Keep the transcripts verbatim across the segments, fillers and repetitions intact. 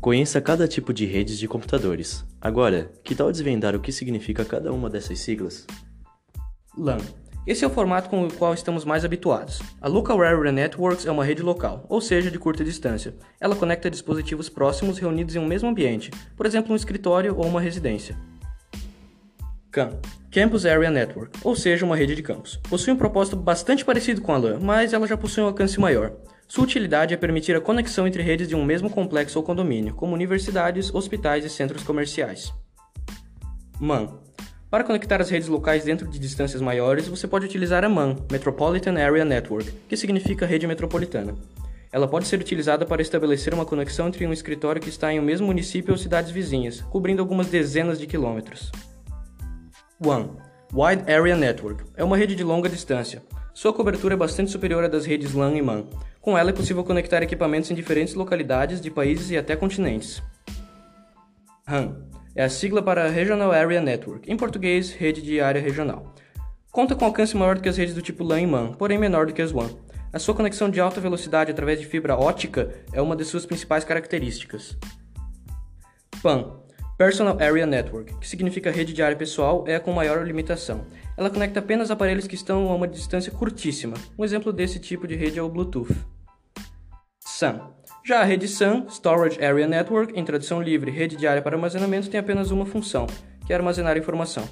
Conheça cada tipo de redes de computadores. Agora, que tal desvendar o que significa cada uma dessas siglas? LAN. Esse é o formato com o qual estamos mais habituados. A Local Area Networks é uma rede local, ou seja, de curta distância. Ela conecta dispositivos próximos reunidos em um mesmo ambiente, por exemplo, um escritório ou uma residência. C A N. Campus Area Network, ou seja, uma rede de campus. Possui um propósito bastante parecido com a LAN, mas ela já possui um alcance maior. Sua utilidade é permitir a conexão entre redes de um mesmo complexo ou condomínio, como universidades, hospitais e centros comerciais. M A N. Para conectar as redes locais dentro de distâncias maiores, você pode utilizar a M A N, Metropolitan Area Network, que significa rede metropolitana. Ela pode ser utilizada para estabelecer uma conexão entre um escritório que está em um mesmo município ou cidades vizinhas, cobrindo algumas dezenas de quilômetros. W A N, Wide Area Network, é uma rede de longa distância. Sua cobertura é bastante superior à das redes LAN e M A N. Com ela é possível conectar equipamentos em diferentes localidades de países e até continentes. R A N é a sigla para Regional Area Network, em português, Rede de Área Regional. Conta com alcance maior do que as redes do tipo LAN e M A N, porém menor do que as W A N. A sua conexão de alta velocidade através de fibra óptica é uma de suas principais características. P A N, Personal Area Network, que significa rede de área pessoal, é a com maior limitação. Ela conecta apenas aparelhos que estão a uma distância curtíssima. Um exemplo desse tipo de rede é o Bluetooth. S A N. Já a rede S A N, Storage Area Network, em tradução livre, rede de área para armazenamento, tem apenas uma função, que é armazenar informação.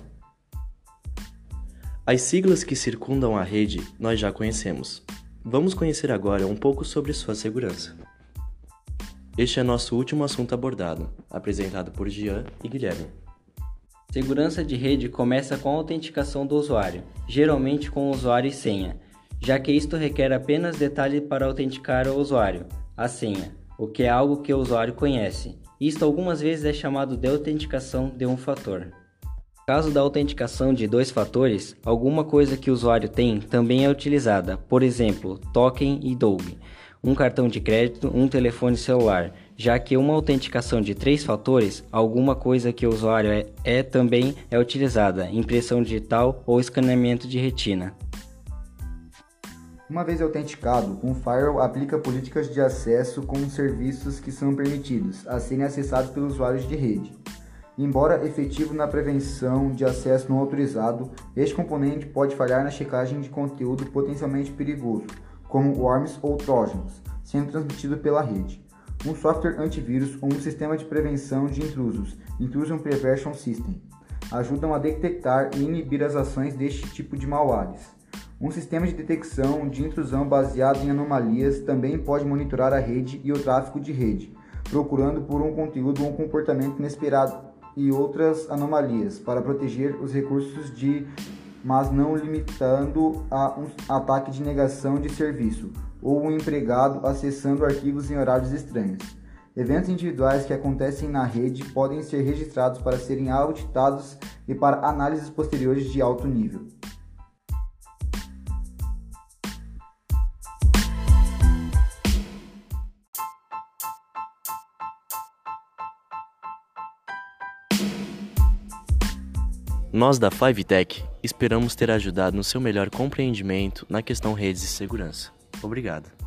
As siglas que circundam a rede nós já conhecemos. Vamos conhecer agora um pouco sobre sua segurança. Este é nosso último assunto abordado, apresentado por Jean e Guilherme. Segurança de rede começa com a autenticação do usuário, geralmente com o usuário e senha, já que isto requer apenas detalhe para autenticar o usuário, a senha, o que é algo que o usuário conhece. Isto algumas vezes é chamado de autenticação de um fator. No caso da autenticação de dois fatores, alguma coisa que o usuário tem também é utilizada, por exemplo, token e D O G, um cartão de crédito, um telefone celular, já que uma autenticação de três fatores, alguma coisa que o usuário é, é também é utilizada, impressão digital ou escaneamento de retina. Uma vez autenticado, um firewall aplica políticas de acesso com os serviços que são permitidos a serem acessados pelos usuários de rede. Embora efetivo na prevenção de acesso não autorizado, este componente pode falhar na checagem de conteúdo potencialmente perigoso, como worms ou trojans, sendo transmitido pela rede. Um software antivírus ou um sistema de prevenção de intrusos, Intrusion Prevention System, ajudam a detectar e inibir as ações deste tipo de malwares. Um sistema de detecção de intrusão baseado em anomalias também pode monitorar a rede e o tráfego de rede, procurando por um conteúdo ou um comportamento inesperado e outras anomalias para proteger os recursos de, mas não limitando a um ataque de negação de serviço ou um empregado acessando arquivos em horários estranhos. Eventos individuais que acontecem na rede podem ser registrados para serem auditados e para análises posteriores de alto nível. Nós da Five Tech esperamos ter ajudado no seu melhor compreendimento na questão redes de segurança. Obrigado.